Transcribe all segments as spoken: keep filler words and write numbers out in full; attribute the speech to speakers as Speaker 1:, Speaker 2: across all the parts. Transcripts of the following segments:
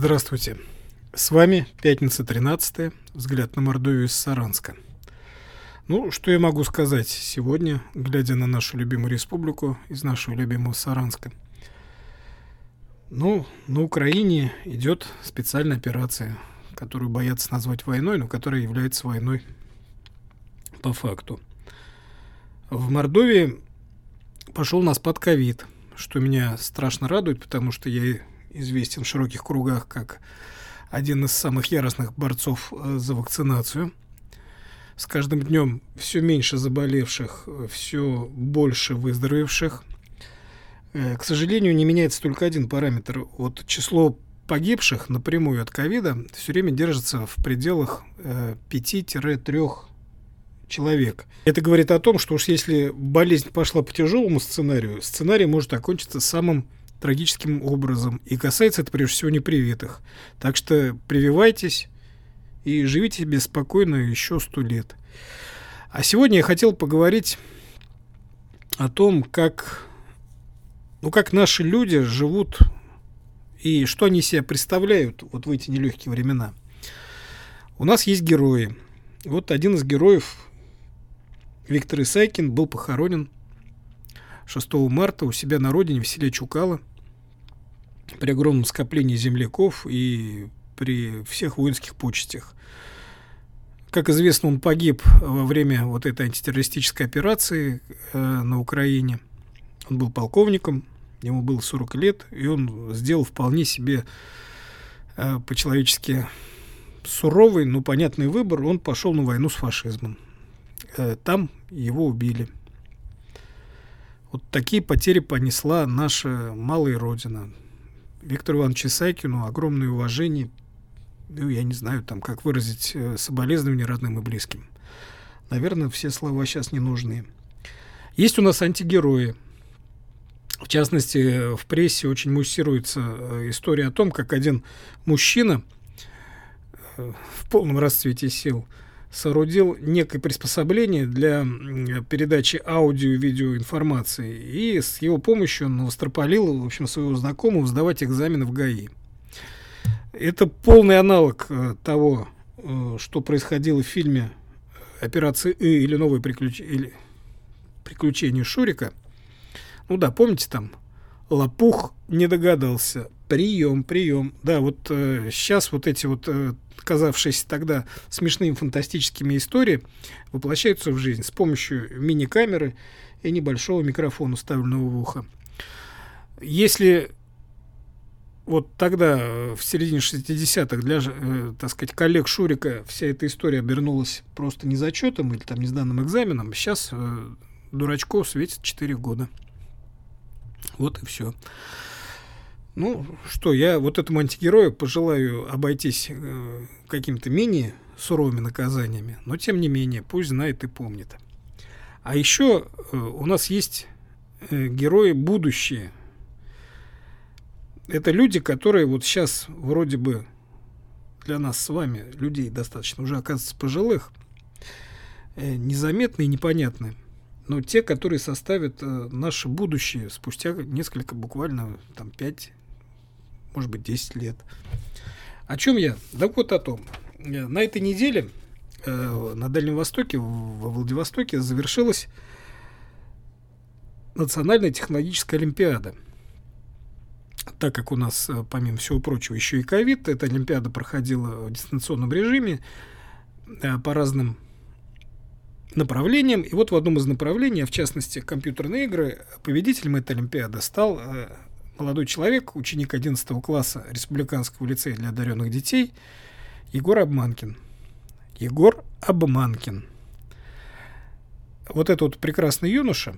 Speaker 1: Здравствуйте. С вами пятница тринадцатое. Взгляд на Мордовию из Саранска. Ну, что я могу сказать сегодня, глядя на нашу любимую республику из нашего любимого Саранска? Ну, на Украине идет специальная операция, которую боятся назвать войной, но которая является войной по факту. В Мордовии пошел на спад ковид, что меня страшно радует, потому что я известен в широких кругах как один из самых яростных борцов за вакцинацию. С каждым днем все меньше заболевших, все больше выздоровевших. К сожалению, не меняется только один параметр. Вот число погибших напрямую от ковида все время держится в пределах пяти-трёх человек. Это говорит о том, что уж если болезнь пошла по тяжелому сценарию, сценарий может окончиться самым трагическим образом. И касается это прежде всего непривитых. Так что прививайтесь и живите беспокойно еще сто лет. А сегодня я хотел поговорить о том, как, ну, как наши люди живут и что они себя представляют вот в эти нелегкие времена. У нас есть герои. Вот один из героев, Виктор Исайкин, был похоронен шестого марта у себя на родине в селе Чукало при огромном скоплении земляков и при всех воинских почестях. Как известно, он погиб во время вот этой антитеррористической операции э, на Украине. Он был полковником, ему было сорок лет, и он сделал вполне себе э, по-человечески суровый, но понятный выбор. Он пошел на войну с фашизмом. Э, там его убили. Вот такие потери понесла наша малая родина. Виктору Ивановичу Исайкину огромное уважение. Ну, я не знаю, там, как выразить соболезнования родным и близким. Наверное, все слова сейчас не нужны. Есть у нас антигерои. В частности, в прессе очень муссируется история о том, как один мужчина в полном расцвете сил соорудил некое приспособление для передачи аудио и видеоинформации, и с его помощью он настропалил, в общем, своего знакомого сдавать экзамены в ГАИ. Это полный аналог того, что происходило в фильме «Операция И» или «Новые приключ... или приключения Шурика». Ну да, помните там? Лопух не догадался. Прием, прием. Да, вот э, сейчас вот эти вот э, казавшиеся тогда смешными фантастическими истории воплощаются в жизнь с помощью мини-камеры и небольшого микрофона, вставленного в ухо. Если вот тогда, в середине шестидесятых, для, э, так сказать, коллег Шурика вся эта история обернулась просто незачетом или там несданным экзаменом, сейчас э, дурачков светит четыре года. Вот и все. Ну, что, я вот этому антигерою пожелаю обойтись э, какими-то менее суровыми наказаниями, но тем не менее, пусть знает и помнит. А еще э, у нас есть э, герои будущие. Это люди, которые вот сейчас вроде бы для нас с вами, людей достаточно уже, оказывается, пожилых, э, незаметны и непонятны. Но те, которые составят э, наше будущее спустя несколько, буквально там пять, может быть, десять лет. О чем я? Да вот о том. На этой неделе э, на Дальнем Востоке, во Владивостоке, завершилась Национальная технологическая олимпиада. Так как у нас, помимо всего прочего, еще и ковид, эта олимпиада проходила в дистанционном режиме э, по разным направлениям. И вот в одном из направлений, а в частности компьютерные игры, победителем этой олимпиады стал э, молодой человек, ученик одиннадцатого класса Республиканского лицея для одаренных детей Егор Обманкин. Егор Обманкин. Вот этот вот прекрасный юноша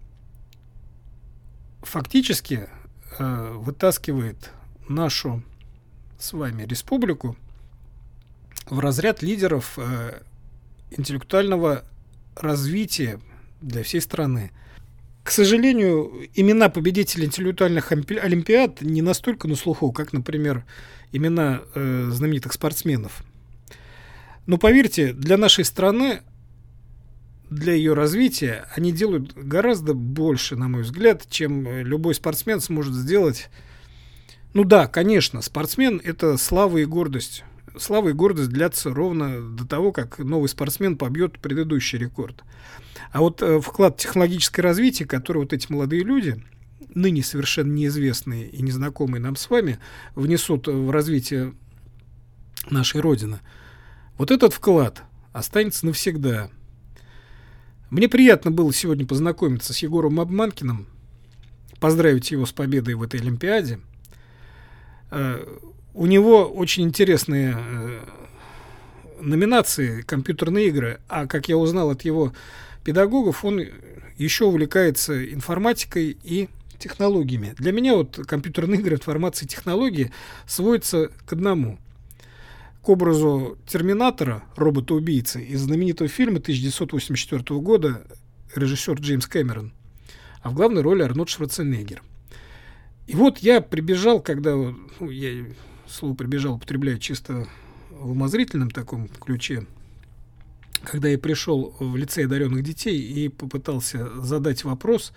Speaker 1: фактически э, вытаскивает нашу с вами республику в разряд лидеров э, интеллектуального развития для всей страны. К сожалению, имена победителей интеллектуальных олимпиад не настолько на слуху, как, например, имена э, знаменитых спортсменов. Но поверьте, для нашей страны, для ее развития, они делают гораздо больше, на мой взгляд, чем любой спортсмен сможет сделать, Ну да, конечно, спортсмен – это слава и гордость. Слава и гордость длятся ровно до того, как новый спортсмен побьет предыдущий рекорд. А вот э, вклад в технологическое развитие, который вот эти молодые люди, ныне совершенно неизвестные и незнакомые нам с вами, внесут в развитие нашей Родины, вот этот вклад останется навсегда. Мне приятно было сегодня познакомиться с Егором Обманкиным, поздравить его с победой в этой Олимпиаде. У него очень интересные номинации «Компьютерные игры», а, как я узнал от его педагогов, он еще увлекается информатикой и технологиями. Для меня вот компьютерные игры, информация и технологии сводятся к одному. К образу Терминатора, робота-убийцы, из знаменитого фильма тысяча девятьсот восемьдесят четвёртого года, режиссер Джеймс Кэмерон, а в главной роли Арнольд Шварценеггер. И вот я прибежал, когда, ну, я слово «прибежал» употребляю чисто в умозрительном таком ключе, когда я пришел в лицей одаренных детей и попытался задать вопрос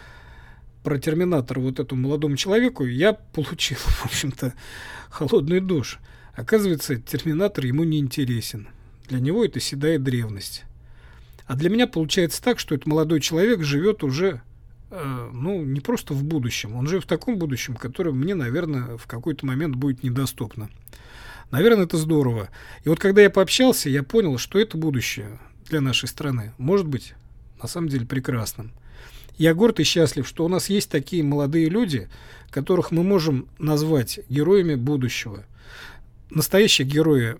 Speaker 1: про Терминатора вот этому молодому человеку, я получил, в общем-то, холодный душ. Оказывается, Терминатор ему не интересен. Для него это седая древность. А для меня получается так, что этот молодой человек живет уже, э, ну, не просто в будущем. Он живет в таком будущем, которое мне, наверное, в какой-то момент будет недоступно. Наверное, это здорово. И вот когда я пообщался, я понял, что это будущее для нашей страны может быть на самом деле прекрасным. Я горд и счастлив, что у нас есть такие молодые люди, которых мы можем назвать героями будущего. Настоящие герои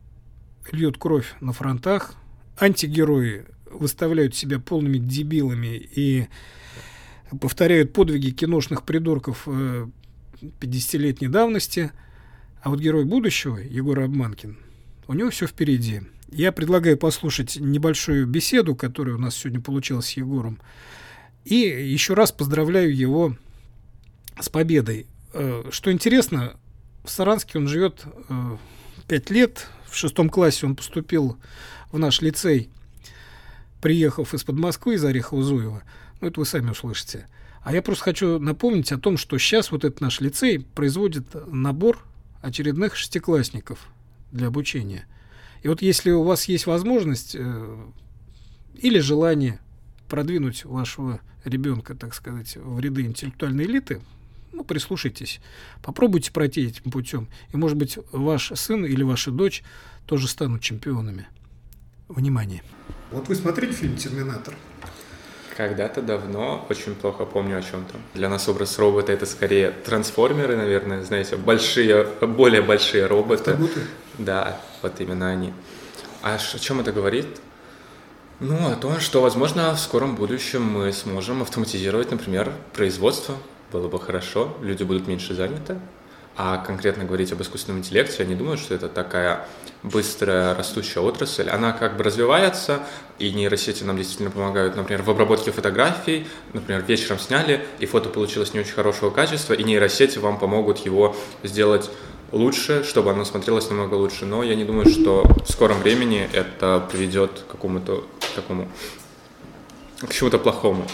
Speaker 1: льют кровь на фронтах, антигерои выставляют себя полными дебилами и повторяют подвиги киношных придурков пятидесятилетней давности. А вот герой будущего, Егор Обманкин, у него все впереди. Я предлагаю послушать небольшую беседу, которая у нас сегодня получилась с Егором. И еще раз поздравляю его с победой. Что интересно, в Саранске он живет пять лет. В шестом классе он поступил в наш лицей, приехав из-под Москвы, из Орехово-Зуева. Ну, это вы сами услышите. А я просто хочу напомнить о том, что сейчас вот этот наш лицей производит набор очередных шестиклассников для обучения. И вот если у вас есть возможность э, или желание продвинуть вашего ребенка, так сказать, в ряды интеллектуальной элиты, ну, прислушайтесь, попробуйте пройти этим путем. И, может быть, ваш сын или ваша дочь тоже станут чемпионами. Внимание. Вот вы смотрели фильм «Терминатор»?
Speaker 2: Когда-то давно, очень плохо помню о чем там. Для нас образ робота — это скорее трансформеры, наверное, знаете, большие, более большие роботы.
Speaker 1: Автобуты?
Speaker 2: Да, вот именно они. А о чем это говорит? Ну, о том, что, возможно, в скором будущем мы сможем автоматизировать, например, производство. Было бы хорошо, люди будут меньше заняты. А конкретно говорить об искусственном интеллекте, я не думаю, что это такая быстрая растущая отрасль. Она как бы развивается, и нейросети нам действительно помогают, например, в обработке фотографий. Например, вечером сняли, и фото получилось не очень хорошего качества, и нейросети вам помогут его сделать лучше, чтобы оно смотрелось намного лучше. Но я не думаю, что в скором времени это приведет к какому-то такому, к чему-то плохому.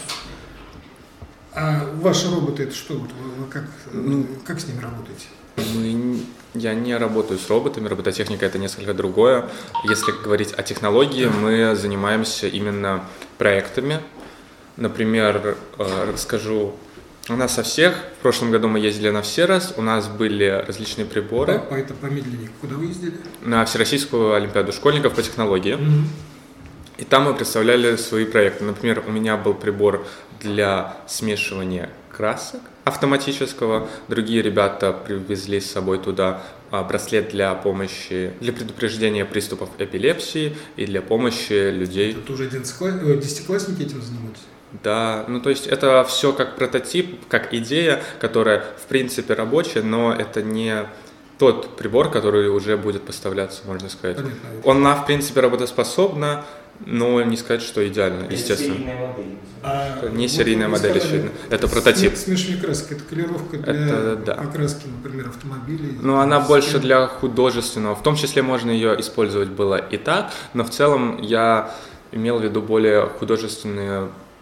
Speaker 1: А ваши роботы — это что? Вы, вы как, ну, как с ними работаете?
Speaker 2: Мы, я не работаю с роботами, робототехника — это несколько другое. Если говорить о технологии, мы занимаемся именно проектами. Например, расскажу, у нас со всех, в прошлом году мы ездили на Всерос, у нас были различные приборы.
Speaker 1: По, по это помедленнее. Куда вы ездили?
Speaker 2: На Всероссийскую олимпиаду школьников по технологии. Mm-hmm. И там мы представляли свои проекты. Например, у меня был прибор для смешивания красок автоматического. Другие ребята привезли с собой туда браслет для помощи, для предупреждения приступов эпилепсии и для помощи людей.
Speaker 1: Это уже десятиклассники этим занимаются?
Speaker 2: Да, ну то есть это все как прототип, как идея, которая в принципе рабочая, но это не тот прибор, который уже будет поставляться, можно сказать. Понятно. Она в принципе работоспособна, но не сказать, что идеально, это естественно. Серийная модель. А не вот серийная модель, очевидно. Это прототип.
Speaker 1: Смешивание красок — это колеровка для это, да. покраски, например, автомобилей.
Speaker 2: Ну, она больше для художественного. В том числе можно ее использовать было и так, но в целом я имел в виду более художественные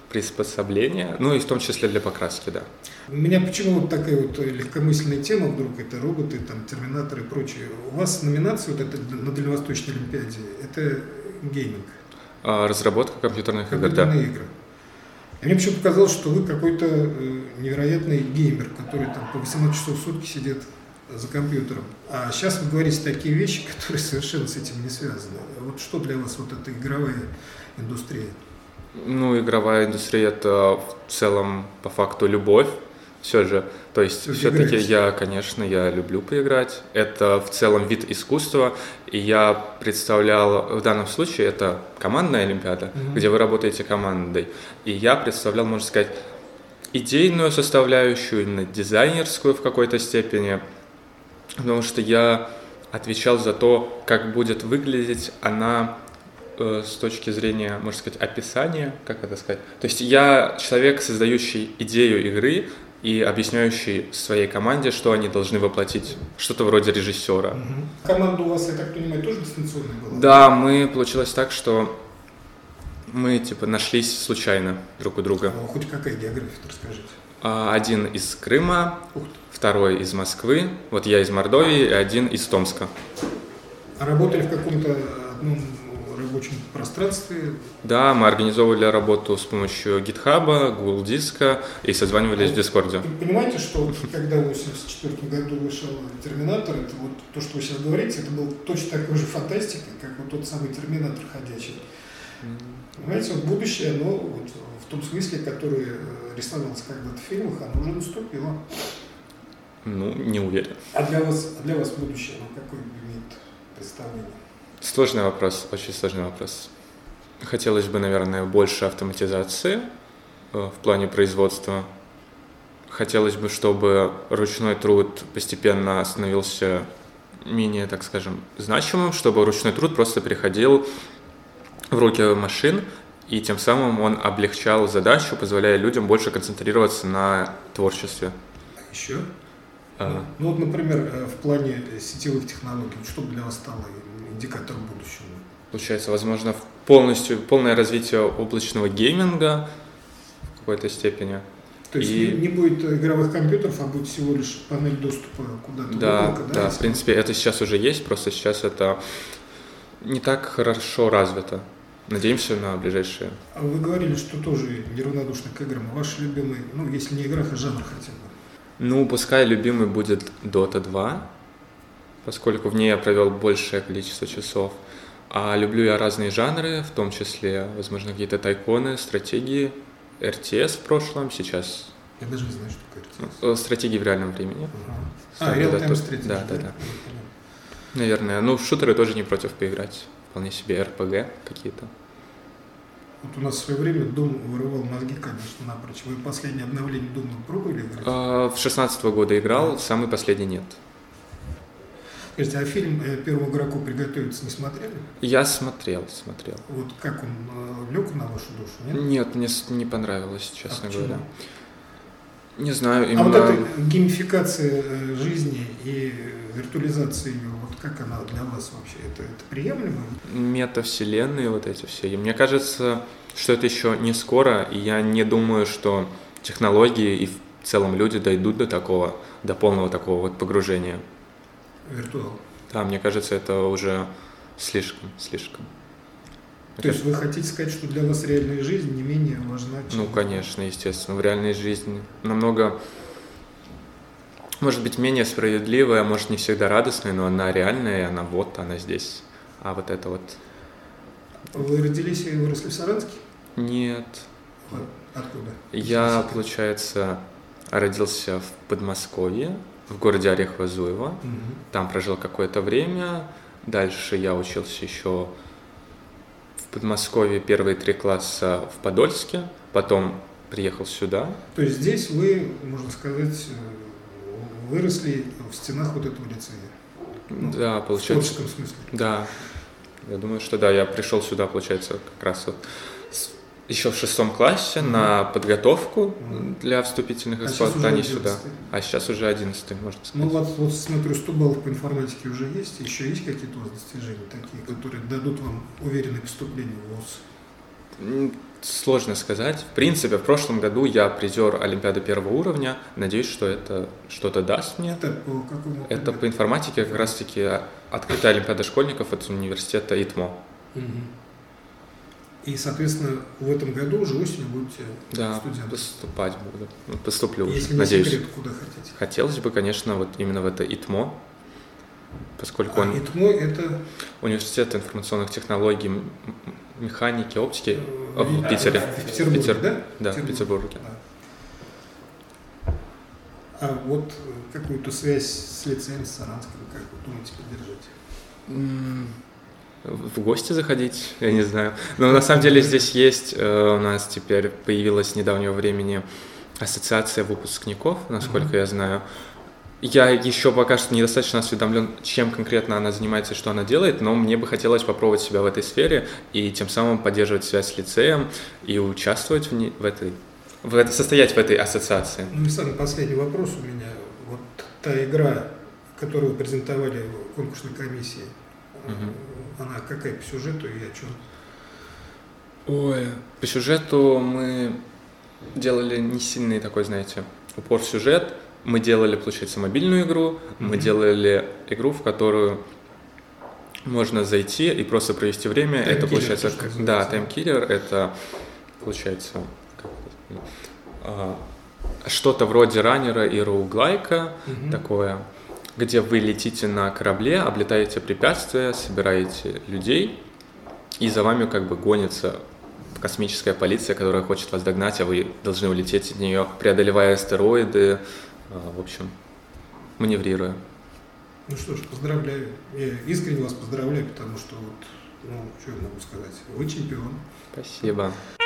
Speaker 2: приспособления, ну и в том числе для покраски, да.
Speaker 1: У меня почему вот такая вот легкомысленная тема вдруг, это роботы, там, терминаторы и прочее. У вас номинация вот эта на Дальневосточной Олимпиаде, это гейминг?
Speaker 2: А, разработка компьютерных игр, да.
Speaker 1: Компьютерные игры. И мне почему-то показалось, что вы какой-то э, невероятный геймер, который там по восемнадцать часов в сутки сидит за компьютером. А сейчас вы говорите такие вещи, которые совершенно с этим не связаны. Вот что для вас вот эта игровая индустрия?
Speaker 2: Ну, игровая индустрия – это в целом, по факту, любовь. Все же, то есть все-таки я, конечно, я люблю поиграть. Это в целом вид искусства, и я представлял, в данном случае это командная олимпиада, mm-hmm. где вы работаете командой, и я представлял, можно сказать, идейную составляющую, именно дизайнерскую в какой-то степени, потому что я отвечал за то, как будет выглядеть она э, с точки зрения, можно сказать, описания, как это сказать. То есть я человек, создающий идею игры, и объясняющий своей команде, что они должны воплотить, что-то вроде режиссера.
Speaker 1: Угу. Команда у вас, я так понимаю, тоже дистанционная была?
Speaker 2: Да, мы, получилось так, что мы, типа, нашлись случайно друг у друга.
Speaker 1: А хоть какая география, расскажите.
Speaker 2: Один из Крыма, второй из Москвы, вот я из Мордовии, и один из Томска.
Speaker 1: А работали в каком-то одном рабочем пространстве?
Speaker 2: Да, мы организовывали работу с помощью GitHub, Google Диска и созванивались а в Дискорде.
Speaker 1: Вы понимаете, что когда в восемьдесят четвёртом году вышел Терминатор, это вот то, что вы сейчас говорите, это был точно такой же фантастикой, как вот тот самый Терминатор ходячий. Mm. Понимаете, вот будущее, оно вот в том смысле, который рисовался когда-то в фильмах, оно уже наступило.
Speaker 2: Ну, не уверен.
Speaker 1: А для вас, а для вас будущее, оно какое имеет представление?
Speaker 2: Сложный вопрос, очень сложный вопрос. Хотелось бы, наверное, больше автоматизации э, в плане производства. Хотелось бы, чтобы ручной труд постепенно становился менее, так скажем, значимым, чтобы ручной труд просто переходил в руки машин, и тем самым он облегчал задачу, позволяя людям больше концентрироваться на творчестве.
Speaker 1: А еще? А. Ну, ну вот, например, в плане сетевых технологий, что для вас стало индикатором будущего?
Speaker 2: Получается, возможно, полностью, полное развитие облачного гейминга в какой-то степени.
Speaker 1: То есть и... не будет игровых компьютеров, а будет всего лишь панель доступа куда-то?
Speaker 2: Да,
Speaker 1: облако, да,
Speaker 2: да, в принципе, это сейчас уже есть, просто сейчас это не так хорошо развито. Надеемся на ближайшие.
Speaker 1: А вы говорили, что тоже неравнодушны к играм. Ваш любимый, ну, если не игра, а жанр хотя бы?
Speaker 2: Ну, пускай любимый будет Дота два, поскольку в ней я провел большее количество часов. А люблю я разные жанры, в том числе, возможно, какие-то тайконы, стратегии, эр ти эс в прошлом, сейчас...
Speaker 1: Я даже не знаю, что такое эр ти эс.
Speaker 2: Стратегии в реальном времени.
Speaker 1: Ага. А, реал-тайм стратегии.
Speaker 2: Да, да, да. Наверное. Ну, в шутеры тоже не против поиграть. Вполне себе эр пи джи какие-то.
Speaker 1: Вот у нас в свое время Doom вырывал мозги, конечно, напрочь. Вы последнее обновление Doom пробовали играть?
Speaker 2: А, в шестнадцатого года играл, да. Самый последний нет.
Speaker 1: Скажите, а фильм «Первому игроку приготовиться» не смотрели?
Speaker 2: Я смотрел, смотрел.
Speaker 1: Вот как он лег на вашу душу, нет?
Speaker 2: Нет, мне не понравилось, честно
Speaker 1: а
Speaker 2: говоря. Не знаю, именно...
Speaker 1: А вот эта геймификация жизни и виртуализация ее, вот как она для вас вообще? Это, это приемлемо?
Speaker 2: Метавселенные вот эти все. И мне кажется, что это еще не скоро, и я не думаю, что технологии и в целом люди дойдут до такого, до полного такого вот погружения.
Speaker 1: Виртуал.
Speaker 2: Да, мне кажется, это уже слишком, слишком.
Speaker 1: То это... есть вы хотите сказать, что для вас реальная жизнь не менее важна, чем...
Speaker 2: Ну, конечно, естественно. В реальной жизни намного, может быть, менее справедливая, может, не всегда радостная, но она реальная, и она вот, она здесь. А вот это вот...
Speaker 1: Вы родились и выросли в Саранске?
Speaker 2: Нет.
Speaker 1: Откуда?
Speaker 2: Я, получается, родился в Подмосковье, в городе Орехово-Зуево. Угу. Там прожил какое-то время. Дальше я учился еще в Подмосковье первые три класса в Подольске. Потом приехал сюда.
Speaker 1: То есть здесь вы, можно сказать, выросли в стенах вот этого лицея? Ну,
Speaker 2: да, получается.
Speaker 1: В творческом смысле?
Speaker 2: Да. Я думаю, что да. Я пришел сюда, получается, как раз вот еще в шестом классе mm-hmm. на подготовку mm-hmm. для вступительных испытаний а сюда. А сейчас уже одиннадцатый, можно сказать.
Speaker 1: Ну вот, вот смотрю, сто баллов по информатике уже есть. Еще есть какие-то у вас достижения такие, которые дадут вам уверенное поступление в ВУЗ?
Speaker 2: Сложно сказать. В принципе, в прошлом году я призер Олимпиады первого уровня. Надеюсь, что это что-то даст мне.
Speaker 1: Это по какому?
Speaker 2: Это по информатике, как раз-таки открытая Олимпиада школьников от университета ИТМО.
Speaker 1: Угу. И, соответственно, в этом году уже осенью будете
Speaker 2: да,
Speaker 1: студентом?
Speaker 2: поступать буду. Поступлю уже,
Speaker 1: Если не
Speaker 2: надеюсь.
Speaker 1: секрет, куда хотите?
Speaker 2: Хотелось бы, конечно, вот именно в это ИТМО, поскольку
Speaker 1: а
Speaker 2: он...
Speaker 1: ИТМО – это?
Speaker 2: Университет информационных технологий, механики, оптики
Speaker 1: в,
Speaker 2: в Питере.
Speaker 1: В Петербурге, Питер... да?
Speaker 2: Да, в Петербурге.
Speaker 1: Да. А вот какую-то связь с лицеем, с Саранском, как вы думаете, поддержать?
Speaker 2: В гости заходить, я не знаю. Но на самом деле здесь есть, э, у нас теперь появилась с недавнего времени ассоциация выпускников, насколько mm-hmm. я знаю. Я еще пока что недостаточно осведомлен, чем конкретно она занимается и что она делает, но мне бы хотелось попробовать себя в этой сфере и тем самым поддерживать связь с лицеем и участвовать в, не, в этой, в это, состоять в этой ассоциации.
Speaker 1: Ну и самый последний вопрос у меня. Вот та игра, которую вы презентовали в конкурсной комиссии, угу. она какая по сюжету и о чем?
Speaker 2: Ой, по сюжету мы делали не сильный такой, знаете, упор в сюжет. Мы делали, получается, мобильную игру, mm-hmm. мы делали игру, в которую можно зайти и просто провести время. Time это killer, получается, что да, таймкиллер, это получается что-то вроде раннера и роуглайка, mm-hmm. такое, где вы летите на корабле, облетаете препятствия, собираете людей, и за вами как бы гонится космическая полиция, которая хочет вас догнать, а вы должны улететь от нее, преодолевая астероиды, в общем, маневрируя.
Speaker 1: Ну что ж, поздравляю. Я искренне вас поздравляю, потому что вот, ну, что я могу сказать, вы чемпион.
Speaker 2: Спасибо.